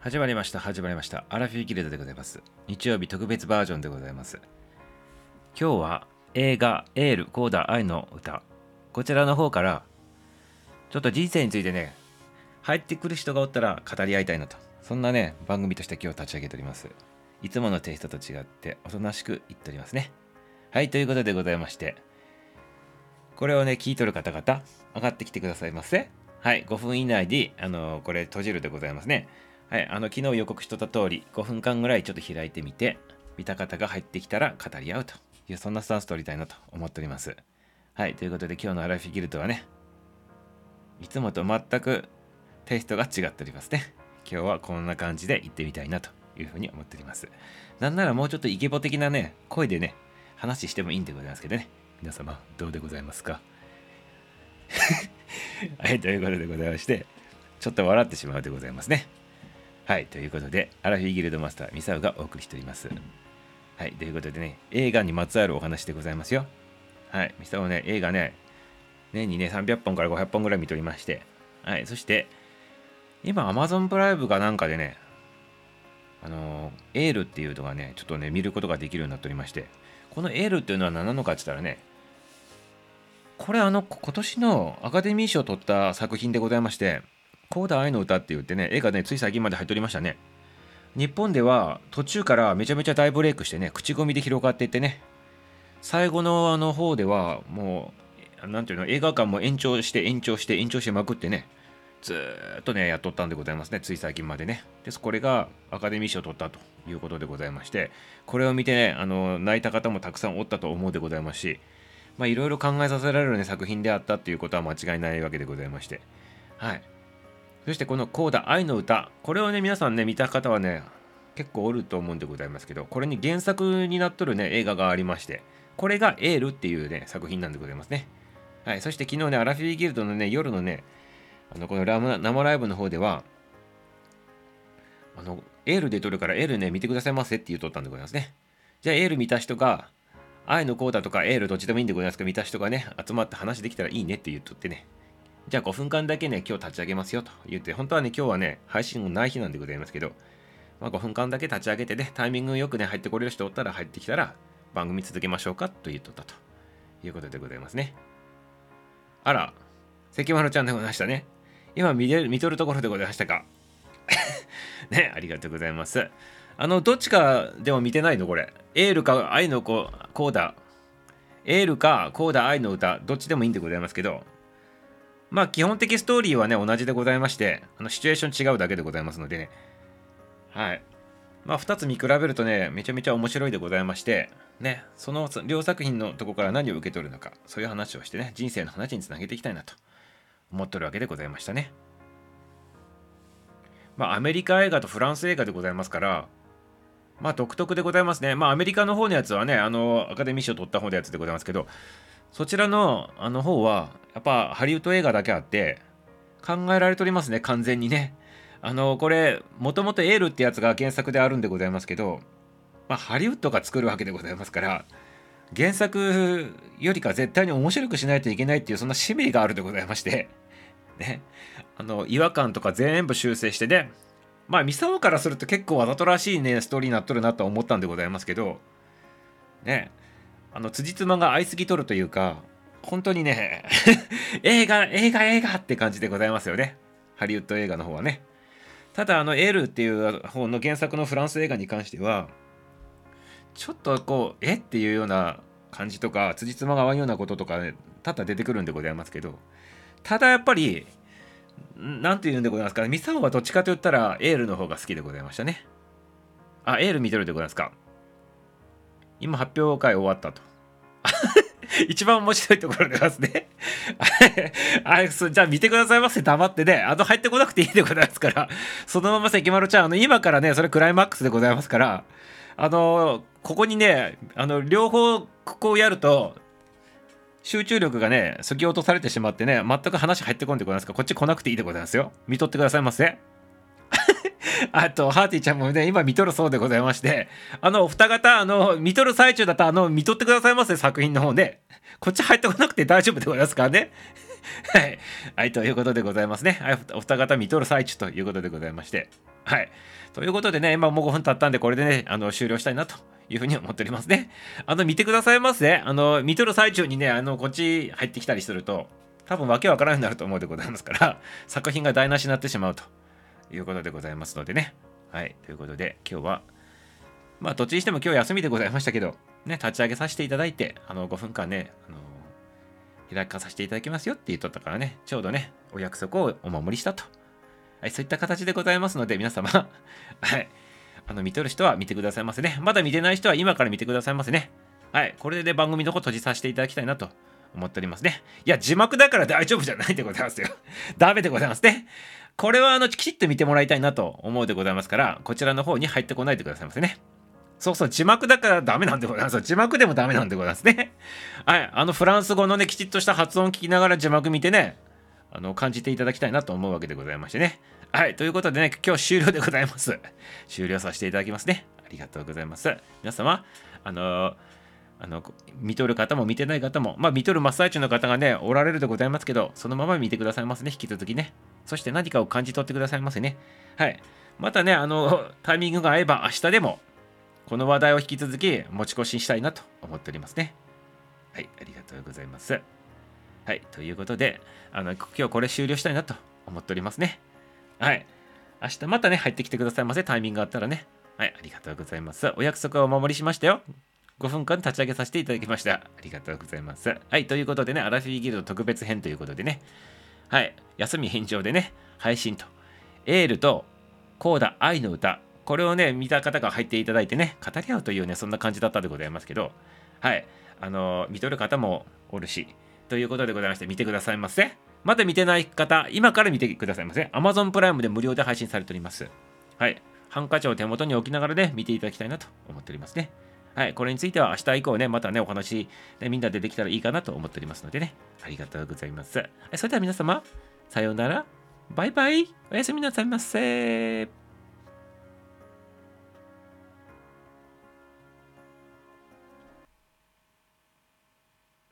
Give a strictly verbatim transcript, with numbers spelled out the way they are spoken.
始まりました始まりましたアラフィーギルドでございます。日曜日特別バージョンでございます。今日は映画エールコーダ愛の歌、こちらの方からちょっと人生についてね入ってくる人がおったら語り合いたいなと、そんなね番組として今日立ち上げております。いつものテイストと違っておとなしく言っておりますね。はい、ということでございまして、これをね聞いとる方々上がってきてくださいませ。はい、ごふん以内であのこれ閉じるでございますね。はい、あの昨日予告しとった通りごふんかんぐらいちょっと開いてみて、見た方が入ってきたら語り合うという、そんなスタンス取りたいなと思っております。はい、ということで今日のアラフィギルドはね、いつもと全くテイストが違っておりますね。今日はこんな感じで行ってみたいなというふうに思っております。なんならもうちょっとイケボ的なね声でね話してもいいんでございますけどね、皆様どうでございますか。はい、ということでございまして、ちょっと笑ってしまうでございますね。はい、ということでアラフィーギルドマスターミサウがお送りしております。はい、ということでね、映画にまつわるお話でございますよ。はい、ミサウはね映画ね年にねさんびゃっぽんからごひゃっぽんぐらい見ておりまして、はい、そして今 Amazon プライムかなんかでね、あのー、エールっていうのがねちょっとね見ることができるようになっておりまして、このエールっていうのは何なのかって言ったらね、これあの今年のアカデミー賞を取った作品でございまして、コーダ愛の歌って言ってね、映画ねつい最近まで入っておりましたね。日本では途中からめちゃめちゃ大ブレイクしてね、口コミで広がっていってね、最後のあの方ではもうなんていうの、映画館も延長して延長して延長しまくってね、ずーっとねやっとったんでございますね、つい最近までね。です、これがアカデミー賞を取ったということでございまして、これを見てねあの泣いた方もたくさんおったと思うでございますし、まあいろいろ考えさせられる、ね、作品であったということは間違いないわけでございまして、はい。そしてこのコーダ愛の歌、これをね皆さんね見た方はね結構おると思うんでございますけど、これに原作になっとるね映画がありまして、これがエールっていうね作品なんでございますね。はい。そして昨日ねアラフィーギルドのね夜のねあのこのラム生ライブの方では、あのエールで撮るからエールね見てくださいませって言うとったんでございますね。じゃあエール見た人が愛のコーダとかエールどっちでもいいんでございますか、見た人がね集まって話できたらいいねって言っとってね、じゃあごふんかんだけね今日立ち上げますよと言って、本当はね今日はね配信もない日なんでございますけど、まあ、ごふんかんだけ立ち上げてね、タイミングよくね入ってこれる人おったら入ってきたら番組続けましょうかと言っとったということでございますね。あら、関丸ちゃんでございましたね。今見れる見とるところでございましたか。ね、ありがとうございます。あのどっちかでも見てないのこれ、エールか愛のコーダ、エールかコーダ愛の歌、どっちでもいいんでございますけど、まあ基本的ストーリーはね同じでございまして、あのシチュエーション違うだけでございますのでね、はい。まあふたつ見比べるとねめちゃめちゃ面白いでございましてね、その両作品のとこから何を受け取るのか、そういう話をしてね人生の話につなげていきたいなと思っとるわけでございましたね。まあアメリカ映画とフランス映画でございますから、まあ独特でございますね。まあアメリカの方のやつはねあのアカデミー賞取った方のやつでございますけど、そちらのあの方はやっぱハリウッド映画だけあって考えられておりますね、完全にね。あのこれもともとエールってやつが原作であるんでございますけど、まあ、ハリウッドが作るわけでございますから、原作よりか絶対に面白くしないといけないっていう、そんな使命があるでございましてね、あの違和感とか全部修正してね、まあミサオからすると結構わざとらしいねストーリーになっとるなと思ったんでございますけどね、あの辻褄が合いすぎとるというか、本当にね映画映画映画って感じでございますよね、ハリウッド映画の方はね。ただあのエールっていう方の原作のフランス映画に関してはちょっとこうえっていうような感じとか、辻褄が合わんようなこととかね多々出てくるんでございますけど、ただやっぱりなんていうんでございますかね、ミサオはどっちかと言ったらエールの方が好きでございましたね。あ、エール見てるでございますか。今発表会終わったと一番面白いところでますねあ、そじゃあ見てくださいませ、黙ってね、あの入ってこなくていいでございますから、そのまま関丸ちゃん、あの今からねそれクライマックスでございますから、あのここにねあの両方こうやると集中力がねそぎ落とされてしまってね、全く話入ってこんでございますから、こっち来なくていいでございますよ。見とってくださいませあとハーティーちゃんもね今見とるそうでございまして、あのお二方あの見とる最中だったらあの見とってくださいませ、作品の方でこっち入ってこなくて大丈夫でございますからねはい。はい、ということでございますね。はい、お二方見とる最中ということでございまして。はい。ということでね、今もうごふん経ったんで、これでね、あの終了したいなというふうに思っておりますね。あの、見てくださいませ。あの、見とる最中にね、あの、こっち入ってきたりすると、多分わけわからなくなると思うでございますから、作品が台無しになってしまうということでございますのでね。はい。ということで、今日は、まあ、どっちにしても今日休みでございましたけど、ね、立ち上げさせていただいて、あの、ごふんかんね、あの、開かさせていただきますよって言っとったからね、ちょうどね、お約束をお守りしたと。はい、そういった形でございますので、皆様、はい、あの、見とる人は見てくださいませね。まだ見てない人は今から見てくださいませね。はい、これで番組の方閉じさせていただきたいなと思っておりますね。いや、字幕だから大丈夫じゃないでございますよ。ダメでございますね。これは、あの、きちっと見てもらいたいなと思うでございますから、こちらの方に入ってこないでくださいませね。そうそう、字幕だからダメなんでございます。字幕でもダメなんでございますね。はい、あのフランス語のね、きちっとした発音を聞きながら字幕見てね、あの、感じていただきたいなと思うわけでございましてね。はい、ということでね、今日終了でございます。終了させていただきますね。ありがとうございます。皆様、あのー、あの、見とる方も見てない方も、まあ、見とる真っ最中の方がね、おられるでございますけど、そのまま見てくださいますね、引き続きね。そして何かを感じ取ってくださいませね。はい。またね、あの、タイミングが合えば明日でも、この話題を引き続き持ち越ししたいなと思っておりますね。はい、ありがとうございます。はい、ということで、あの、今日これ終了したいなと思っておりますね。はい。明日またね、入ってきてくださいませ。タイミングがあったらね。はい、ありがとうございます。お約束はお守りしましたよ。ごふんかん立ち上げさせていただきました。ありがとうございます。はい、ということでね、アラフィーギルド特別編ということでね、はい、休み返上でね、配信と、エールとコーダ愛の歌、これをね、見た方が入っていただいてね、語り合うというね、そんな感じだったでございますけど、はい、あの、見とる方もおるし、ということでございまして、見てくださいませ。まだ見てない方、今から見てくださいませ。Amazon プライムで無料で配信されております。はい、ハンカチを手元に置きながらね、見ていただきたいなと思っておりますね。はい、これについては明日以降ね、またね、お話、ね、みんなでできたらいいかなと思っておりますのでね、ありがとうございます。それでは皆様、さようなら、バイバイ、おやすみなさいませ。